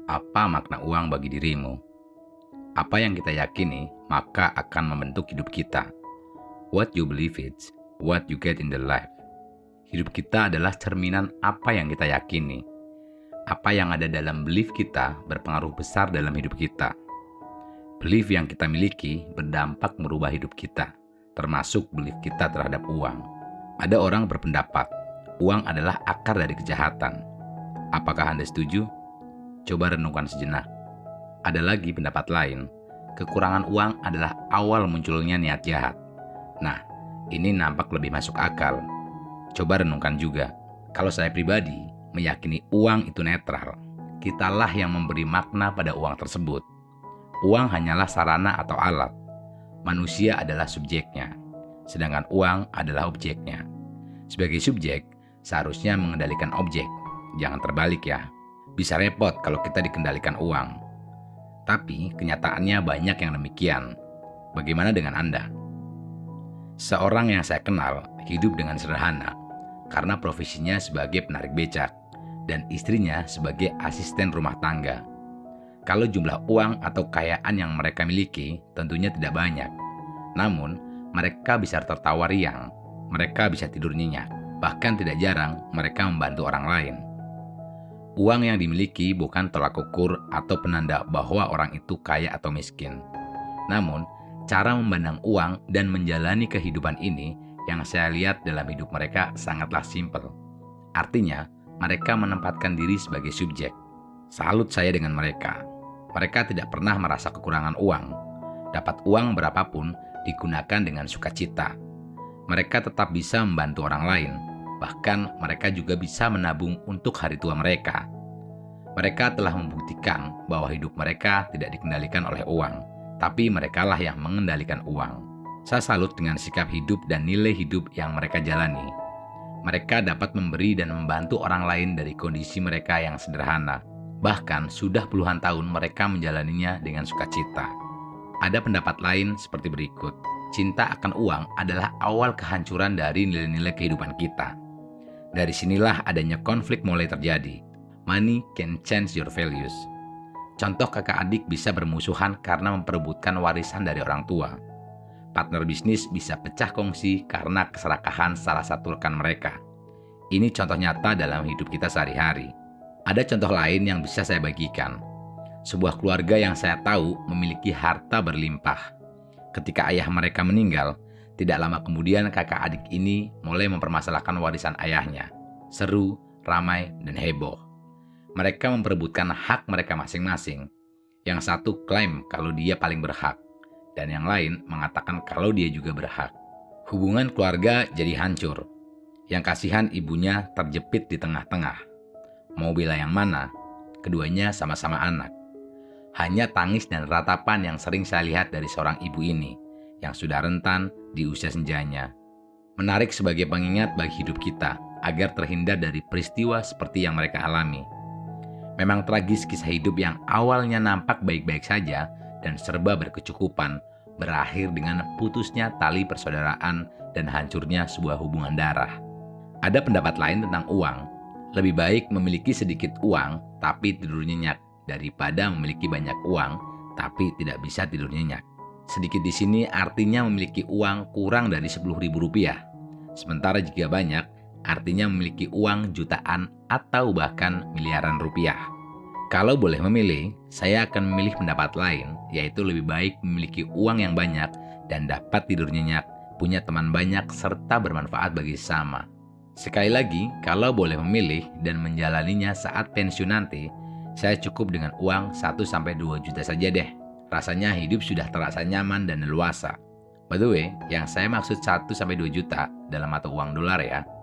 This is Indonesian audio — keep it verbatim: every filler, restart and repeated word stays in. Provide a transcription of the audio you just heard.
Apa makna uang bagi dirimu? Apa yang kita yakini, maka akan membentuk hidup kita. What you believe is what you get in the life. Hidup kita adalah cerminan apa yang kita yakini. Apa yang ada dalam belief kita berpengaruh besar dalam hidup kita. Belief yang kita miliki berdampak merubah hidup kita, termasuk belief kita terhadap uang. Ada orang berpendapat, uang adalah akar dari kejahatan. Apakah Anda setuju? Coba renungkan sejenak. Ada lagi pendapat lain, kekurangan uang adalah awal munculnya niat jahat. Nah, ini nampak lebih masuk akal. Coba renungkan juga, kalau saya pribadi meyakini uang itu netral, kitalah yang memberi makna pada uang tersebut. Uang hanyalah sarana atau alat. Manusia adalah subjeknya, sedangkan uang adalah objeknya. Sebagai subjek, seharusnya mengendalikan objek. Jangan terbalik ya. Bisa repot kalau kita dikendalikan uang. Tapi kenyataannya banyak yang demikian. Bagaimana dengan Anda? Seorang yang saya kenal hidup dengan sederhana karena profesinya sebagai penarik becak dan istrinya sebagai asisten rumah tangga. Kalau jumlah uang atau kekayaan yang mereka miliki tentunya tidak banyak. Namun, mereka bisa tertawa riang, mereka bisa tidur nyenyak, bahkan tidak jarang mereka membantu orang lain. Uang yang dimiliki bukan tolak ukur atau penanda bahwa orang itu kaya atau miskin. Namun, cara memandang uang dan menjalani kehidupan ini yang saya lihat dalam hidup mereka sangatlah simpel. Artinya, mereka menempatkan diri sebagai subjek. Salut saya dengan mereka. Mereka tidak pernah merasa kekurangan uang. Dapat uang berapapun digunakan dengan sukacita. Mereka tetap bisa membantu orang lain. Bahkan mereka juga bisa menabung untuk hari tua mereka. Mereka telah membuktikan bahwa hidup mereka tidak dikendalikan oleh uang, tapi merekalah yang mengendalikan uang. Saya salut dengan sikap hidup dan nilai hidup yang mereka jalani. Mereka dapat memberi dan membantu orang lain dari kondisi mereka yang sederhana. Bahkan sudah puluhan tahun mereka menjalaninya dengan sukacita. Ada pendapat lain seperti berikut. Cinta akan uang adalah awal kehancuran dari nilai-nilai kehidupan kita. Dari sinilah adanya konflik mulai terjadi. Money can change your values. Contoh kakak adik bisa bermusuhan karena memperebutkan warisan dari orang tua. Partner bisnis bisa pecah kongsi karena keserakahan salah satu rekan mereka. Ini contoh nyata dalam hidup kita sehari-hari. Ada contoh lain yang bisa saya bagikan. Sebuah keluarga yang saya tahu memiliki harta berlimpah. Ketika ayah mereka meninggal, tidak lama kemudian kakak adik ini mulai mempermasalahkan warisan ayahnya. Seru, ramai, dan heboh. Mereka memperebutkan hak mereka masing-masing. Yang satu klaim kalau dia paling berhak, dan yang lain mengatakan kalau dia juga berhak. Hubungan keluarga jadi hancur. Yang kasihan ibunya terjepit di tengah-tengah. Mau bela yang mana? Keduanya sama-sama anak. Hanya tangis dan ratapan yang sering saya lihat dari seorang ibu ini, yang sudah rentan di usia senjanya. Menarik sebagai pengingat bagi hidup kita, agar terhindar dari peristiwa seperti yang mereka alami. Memang tragis kisah hidup yang awalnya nampak baik-baik saja dan serba berkecukupan, berakhir dengan putusnya tali persaudaraan dan hancurnya sebuah hubungan darah. Ada pendapat lain tentang uang. Lebih baik memiliki sedikit uang tapi tidur nyenyak daripada memiliki banyak uang tapi tidak bisa tidur nyenyak. Sedikit di sini artinya memiliki uang kurang dari sepuluh ribu rupiah. Sementara jika banyak, artinya memiliki uang jutaan atau bahkan miliaran rupiah. Kalau boleh memilih, saya akan memilih pendapat lain, yaitu lebih baik memiliki uang yang banyak dan dapat tidur nyenyak, punya teman banyak, serta bermanfaat bagi sesama. Sekali lagi, kalau boleh memilih dan menjalaninya saat pensiun nanti, saya cukup dengan uang satu sampai dua juta saja deh. Rasanya hidup sudah terasa nyaman dan leluasa. By the way, yang saya maksud satu sampai dua juta dalam mata uang dolar ya.